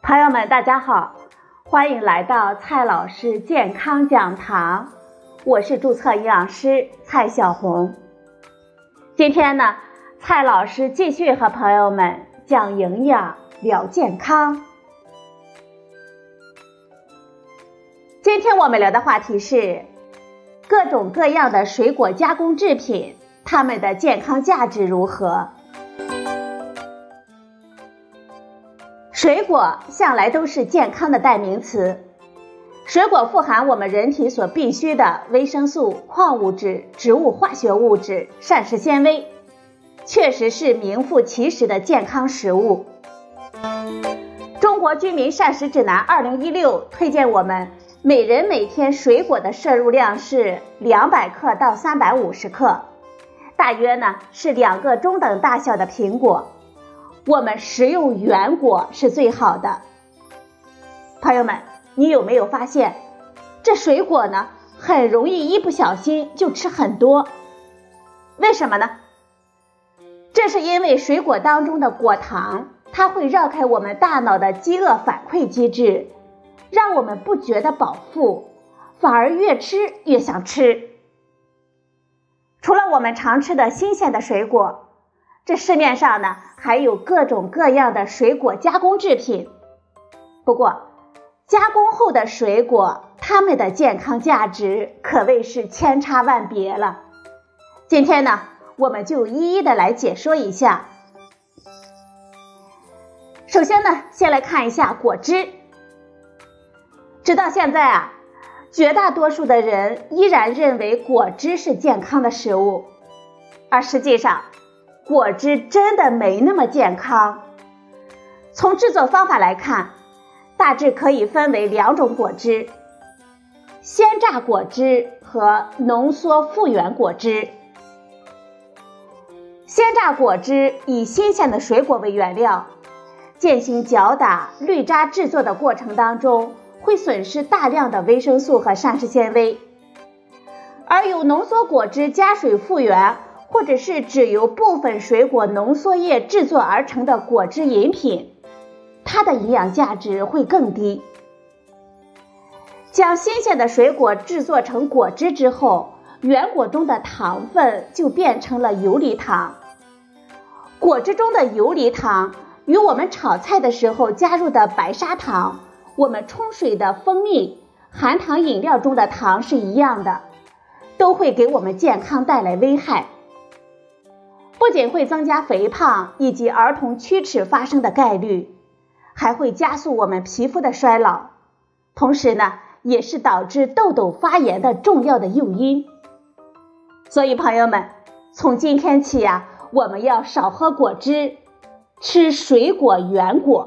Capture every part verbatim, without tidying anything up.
朋友们大家好，欢迎来到蔡老师健康讲堂，我是注册营养师蔡小红。今天呢，蔡老师继续和朋友们讲营养聊健康。今天我们聊的话题是各种各样的水果加工制品，它们的健康价值如何？水果向来都是健康的代名词，水果富含我们人体所必需的维生素、矿物质、植物化学物质、膳食纤维，确实是名副其实的健康食物。中国居民膳食指南二零一六推荐我们每人每天水果的摄入量是两百克到三百五十克，大约呢是两个中等大小的苹果。我们食用原果是最好的。朋友们，你有没有发现这水果呢很容易一不小心就吃很多？为什么呢？这是因为水果当中的果糖，它会绕开我们大脑的饥饿反馈机制，让我们不觉得饱腹，反而越吃越想吃。除了我们常吃的新鲜的水果，这市面上呢还有各种各样的水果加工制品。不过加工后的水果，它们的健康价值可谓是千差万别了。今天呢，我们就一一的来解说一下。首先呢，先来看一下果汁。直到现在啊，绝大多数的人依然认为果汁是健康的食物，而实际上果汁真的没那么健康。从制作方法来看，大致可以分为两种果汁：鲜榨果汁和浓缩复原果汁。鲜榨果汁以新鲜的水果为原料，进行搅打、滤渣制作的过程当中，会损失大量的维生素和膳食纤维。而由浓缩果汁加水复原，或者是只由部分水果浓缩液制作而成的果汁饮品，它的营养价值会更低。将新鲜的水果制作成果汁之后，原果中的糖分就变成了游离糖。果汁中的游离糖与我们炒菜的时候加入的白砂糖，我们冲水的蜂蜜、含糖饮料中的糖是一样的，都会给我们健康带来危害。不仅会增加肥胖以及儿童龋齿发生的概率，还会加速我们皮肤的衰老，同时呢，也是导致痘痘发炎的重要的诱因。所以朋友们，从今天起啊，我们要少喝果汁，吃水果原果。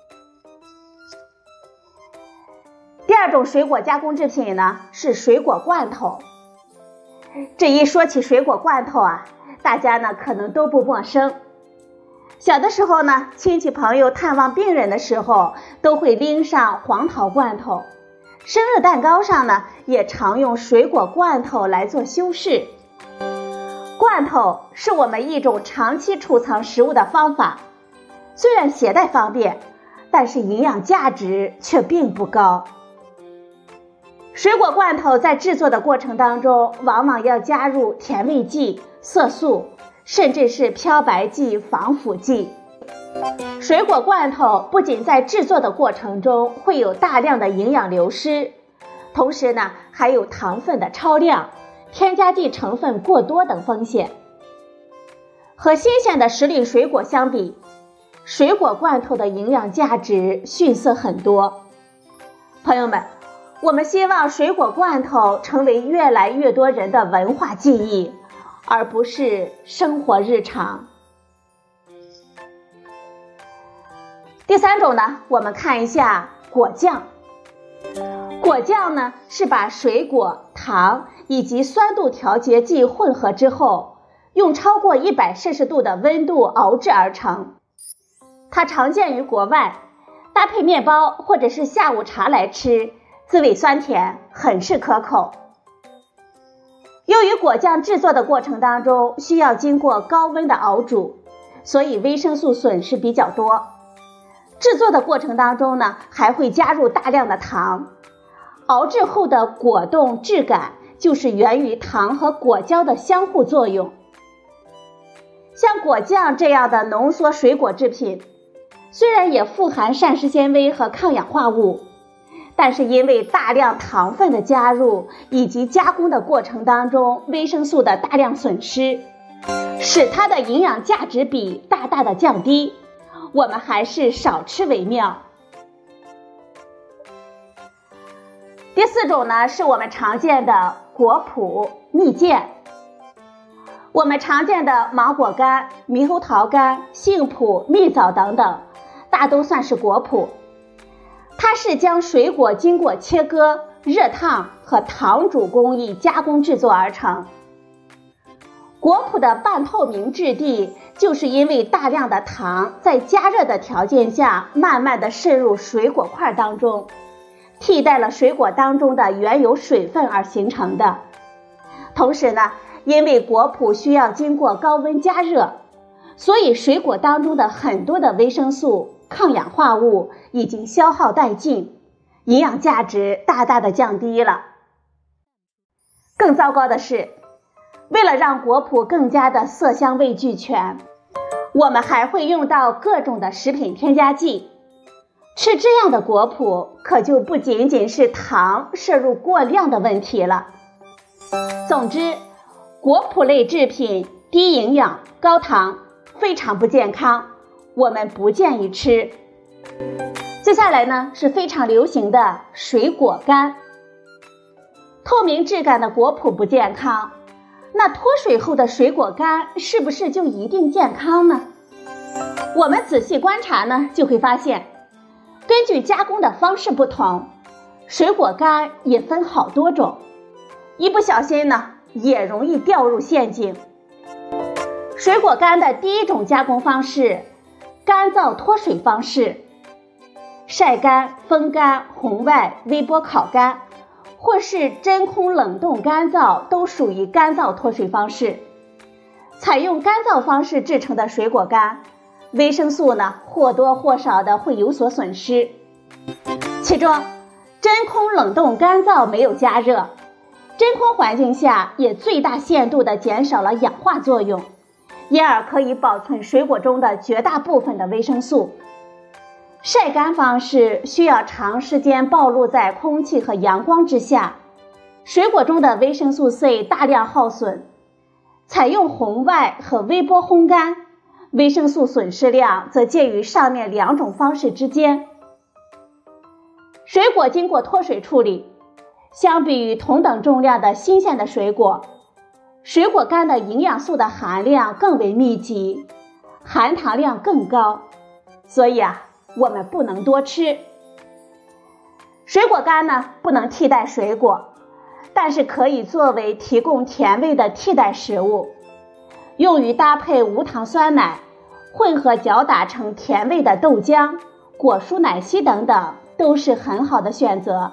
第二种水果加工制品呢，是水果罐头。这一说起水果罐头啊，大家呢可能都不陌生。小的时候呢，亲戚朋友探望病人的时候，都会拎上黄桃罐头。生日蛋糕上呢，也常用水果罐头来做修饰。罐头是我们一种长期储藏食物的方法，虽然携带方便，但是营养价值却并不高。水果罐头在制作的过程当中，往往要加入甜味剂、色素，甚至是漂白剂、防腐剂。水果罐头不仅在制作的过程中会有大量的营养流失，同时呢，还有糖分的超量、添加剂成分过多等风险。和新鲜的时令水果相比，水果罐头的营养价值逊色很多。朋友们，我们希望水果罐头成为越来越多人的文化记忆，而不是生活日常。第三种呢，我们看一下果酱。果酱呢，是把水果、糖以及酸度调节剂混合之后，用超过一百摄氏度的温度熬制而成。它常见于国外，搭配面包或者是下午茶来吃，滋味酸甜，很是可口。由于果酱制作的过程当中需要经过高温的熬煮，所以维生素损失比较多。 制作的过程当中呢，还会加入大量的糖。熬制后的果冻质感就是源于糖和果胶的相互作用。像果酱这样的浓缩水果制品，虽然也富含膳食纤维和抗氧化物，但是因为大量糖分的加入以及加工的过程当中维生素的大量损失，使它的营养价值比大大的降低，我们还是少吃为妙。第四种呢，是我们常见的果脯、蜜饯。我们常见的芒果干、猕猴桃干、杏脯、蜜枣等等，大都算是果脯。它是将水果经过切割、热烫和糖煮工艺加工制作而成。果脯的半透明质地，就是因为大量的糖在加热的条件下慢慢的渗入水果块当中，替代了水果当中的原有水分而形成的。同时呢，因为果脯需要经过高温加热，所以水果当中的很多的维生素、抗氧化物已经消耗殆尽，营养价值大大的降低了。更糟糕的是，为了让果脯更加的色香味俱全，我们还会用到各种的食品添加剂。吃这样的果脯，可就不仅仅是糖摄入过量的问题了。总之，果脯类制品低营养、高糖，非常不健康，我们不建议吃。接下来呢，是非常流行的水果干。透明质感的果脯不健康，那脱水后的水果干是不是就一定健康呢？我们仔细观察呢，就会发现，根据加工的方式不同，水果干也分好多种，一不小心呢，也容易掉入陷阱。水果干的第一种加工方式，干燥脱水方式，晒干、风干、红外、微波烤干，或是真空冷冻干燥，都属于干燥脱水方式。采用干燥方式制成的水果干，维生素呢或多或少的会有所损失。其中，真空冷冻干燥没有加热，真空环境下也最大限度地减少了氧化作用，因而可以保存水果中的绝大部分的维生素。晒干方式需要长时间暴露在空气和阳光之下，水果中的维生素 C 大量耗损。采用红外和微波烘干，维生素损失量则介于上面两种方式之间。水果经过脱水处理，相比于同等重量的新鲜的水果，水果干的营养素的含量更为密集，含糖量更高，所以啊，我们不能多吃。水果干呢，不能替代水果，但是可以作为提供甜味的替代食物，用于搭配无糖酸奶，混合搅打成甜味的豆浆、果蔬奶昔等等，都是很好的选择。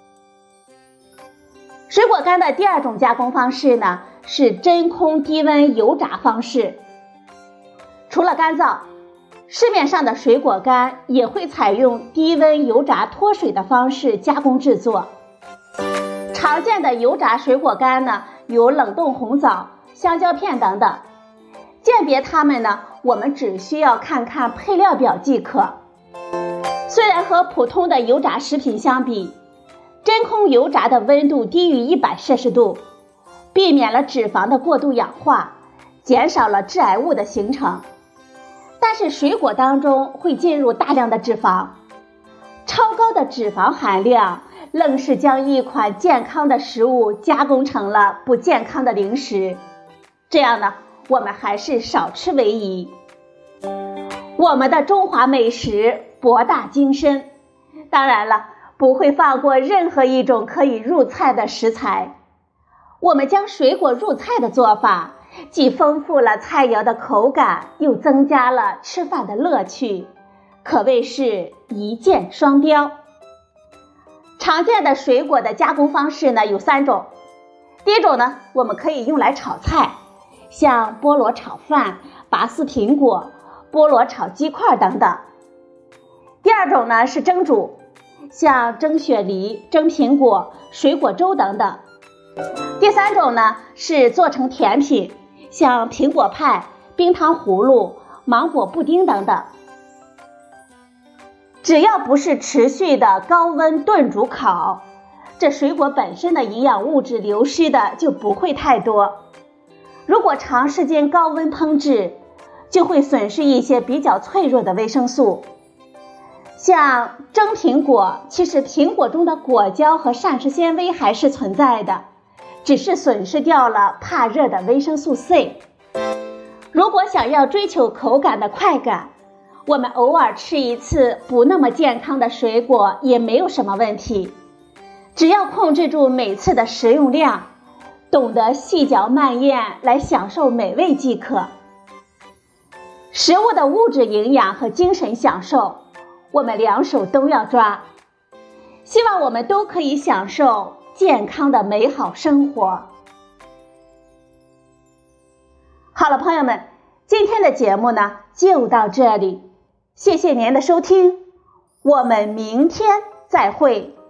水果干的第二种加工方式呢，是真空低温油炸方式。除了干燥，市面上的水果干也会采用低温油炸脱水的方式加工制作。常见的油炸水果干呢，有冷冻红枣、香蕉片等等。鉴别它们呢，我们只需要看看配料表即可。虽然和普通的油炸食品相比，真空油炸的温度低于一百摄氏度，避免了脂肪的过度氧化，减少了致癌物的形成。但是水果当中会进入大量的脂肪，超高的脂肪含量愣是将一款健康的食物加工成了不健康的零食，这样呢，我们还是少吃为宜。我们的中华美食博大精深，当然了，不会放过任何一种可以入菜的食材。我们将水果入菜的做法，既丰富了菜肴的口感，又增加了吃饭的乐趣，可谓是一箭双雕。常见的水果的加工方式呢有三种。第一种呢，我们可以用来炒菜，像菠萝炒饭、拔丝苹果、菠萝炒鸡块等等。 第二种呢是蒸煮，像蒸雪梨、蒸苹果、水果粥等等。第三种呢是做成甜品，像苹果派、冰糖葫芦、芒果布丁等等。只要不是持续的高温炖煮烤，这水果本身的营养物质流失的就不会太多。如果长时间高温烹制，就会损失一些比较脆弱的维生素。像蒸苹果，其实苹果中的果胶和膳食纤维还是存在的，只是损失掉了怕热的维生素 C。 如果想要追求口感的快感，我们偶尔吃一次不那么健康的水果也没有什么问题，只要控制住每次的食用量，懂得细嚼慢咽来享受美味即可。食物的物质营养和精神享受，我们两手都要抓。希望我们都可以享受健康的美好生活。好了，朋友们，今天的节目呢就到这里，谢谢您的收听，我们明天再会。